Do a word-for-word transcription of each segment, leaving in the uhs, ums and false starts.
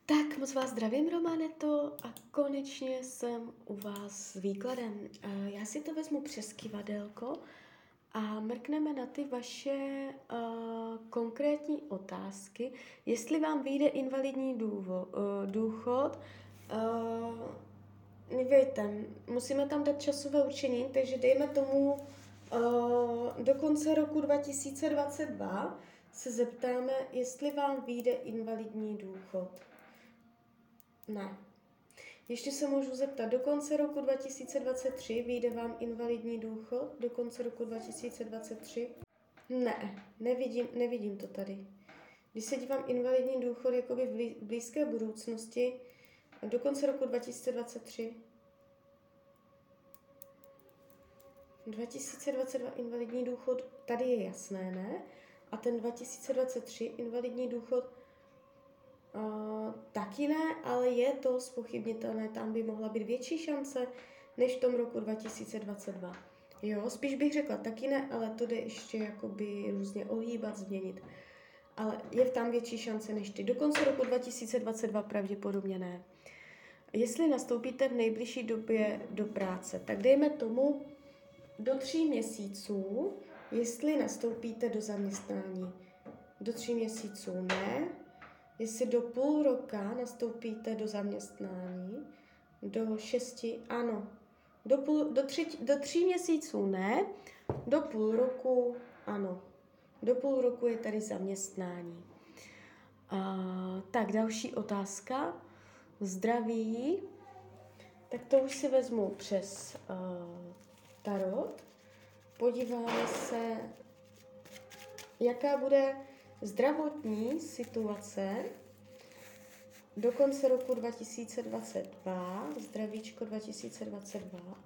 Tak moc vás zdravím, Romaneto, a konečně jsem u vás s výkladem. Eh, Já si to vezmu přes kivadélko a mrkneme na ty vaše uh, konkrétní otázky. Jestli vám vyjde invalidní důvo, uh, důchod, uh, nevějte, musíme tam dát časové určení, takže dejme tomu uh, do konce roku dva tisíce dvacet dva se zeptáme, jestli vám vyjde invalidní důchod. Ne. Ještě se můžu zeptat, do konce roku dva tisíce dvacet tři vyjde vám invalidní důchod? Do konce roku dva tisíce dvacet tři? Ne, nevidím, nevidím to tady. Když se dívám invalidní důchod jakoby v blízké budoucnosti, do konce roku dva tisíce dvacet tři. dva tisíce dvacet dva invalidní důchod, tady je jasné, ne? A ten dva tisíce dvacet tři invalidní důchod, Uh, taky ne, ale je to zpochybnitelné, tam by mohla být větší šance než v tom roku dva tisíce dvacet dva. Jo, spíš bych řekla taky ne, ale to jde ještě jakoby různě ohýbat, změnit. Ale je tam větší šance než ty. Do konce roku dva tisíce dvacet dva pravděpodobně ne. Jestli nastoupíte v nejbližší době do práce, tak dejme tomu do tří měsíců, jestli nastoupíte do zaměstnání. Do tří měsíců ne. Jestli do půl roka nastoupíte do zaměstnání, do šesti, ano, do, půl, do, tři, do tří měsíců ne, do půl roku, ano, do půl roku je tady zaměstnání. Uh, tak další otázka, zdraví, tak to už si vezmu přes uh, tarot, podíváme se, jaká bude zdravotní situace do konce roku dva tisíce dvacet dva, zdravíčko dva tisíce dvacet dva.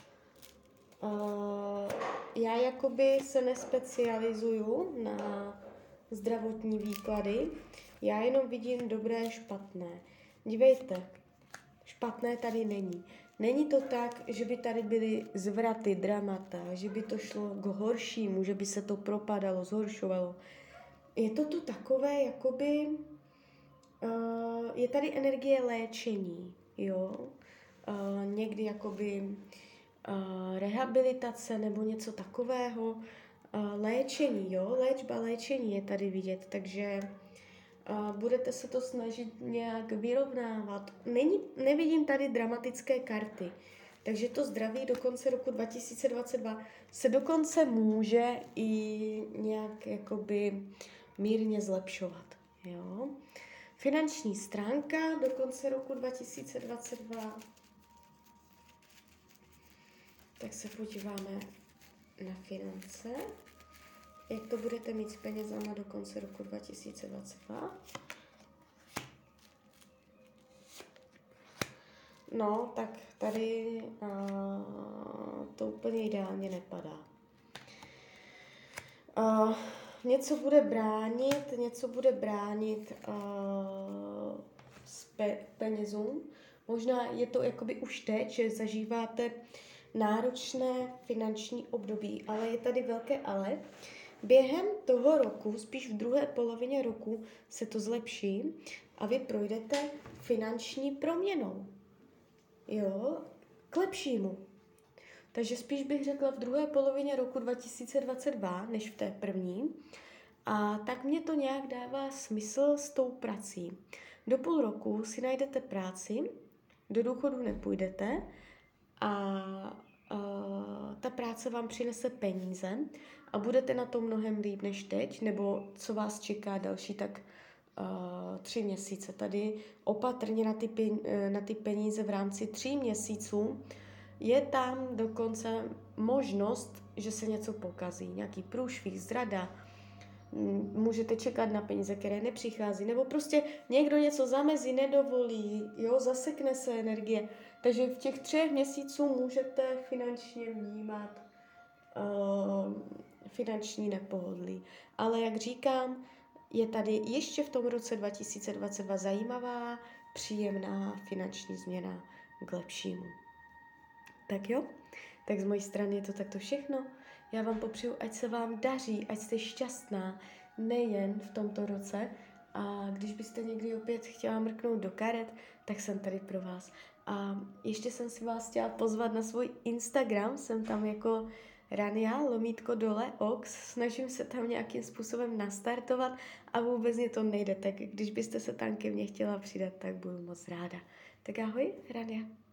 Uh, já jakoby se nespecializuju na zdravotní výklady, já jenom vidím dobré, špatné. Dívejte, špatné tady není. Není to tak, že by tady byly zvraty, dramata, že by to šlo k horšímu, že by se to propadalo, zhoršovalo. Je to tu takové, jakoby, uh, je tady energie léčení, jo, uh, někdy jakoby uh, rehabilitace nebo něco takového, uh, léčení, jo, léčba, léčení je tady vidět, takže uh, budete se to snažit nějak vyrovnávat. Není, nevidím tady dramatické karty, takže to zdraví do konce roku dva tisíce dvacet dva se dokonce může i nějak jakoby mírně zlepšovat. Jo? Finanční stránka do konce roku dva tisíce dvacet dva. Tak se podíváme na finance. Jak to budete mít s penězama do konce roku dva tisíce dvacet dva? No, tak tady uh, to úplně ideálně nepadá. Uh, něco bude bránit, něco bude bránit uh, s pe- penězům. Možná je to jakoby už teď, že zažíváte náročné finanční období, ale je tady velké ale. Během toho roku, spíš v druhé polovině roku, se to zlepší a vy projdete finanční proměnou. Jo, k lepšímu. Takže spíš bych řekla v druhé polovině roku dva tisíce dvacet dva, než v té první. A tak mě to nějak dává smysl s tou prací. Do půl roku si najdete práci, do důchodu nepůjdete a, a ta práce vám přinese peníze a budete na to mnohem líp než teď, nebo co vás čeká další tak Uh, tři měsíce. Tady opatrně na ty, pen, na ty peníze v rámci tří měsíců je tam dokonce možnost, že se něco pokazí, nějaký průšvih, zrada, můžete čekat na peníze, které nepřichází, nebo prostě někdo něco zamezí, nedovolí, jo, zasekne se energie. Takže v těch třech měsíců můžete finančně vnímat uh, finanční nepohodlí. Ale jak říkám, je tady ještě v tom roce dva tisíce dvacet dva zajímavá, příjemná finanční změna k lepšímu. Tak jo, tak z mojí strany je to takto všechno. Já vám popřeju, ať se vám daří, ať jste šťastná, nejen v tomto roce, A když byste někdy opět chtěla mrknout do karet, tak jsem tady pro vás. A ještě jsem si vás chtěla pozvat na svůj Instagram, jsem tam jako Rania, lomítko dole, ox, snažím se tam nějakým způsobem nastartovat a vůbec mě to nejde, tak když byste se tam ke mně chtěla přidat, tak budu moc ráda. Tak ahoj, Rania.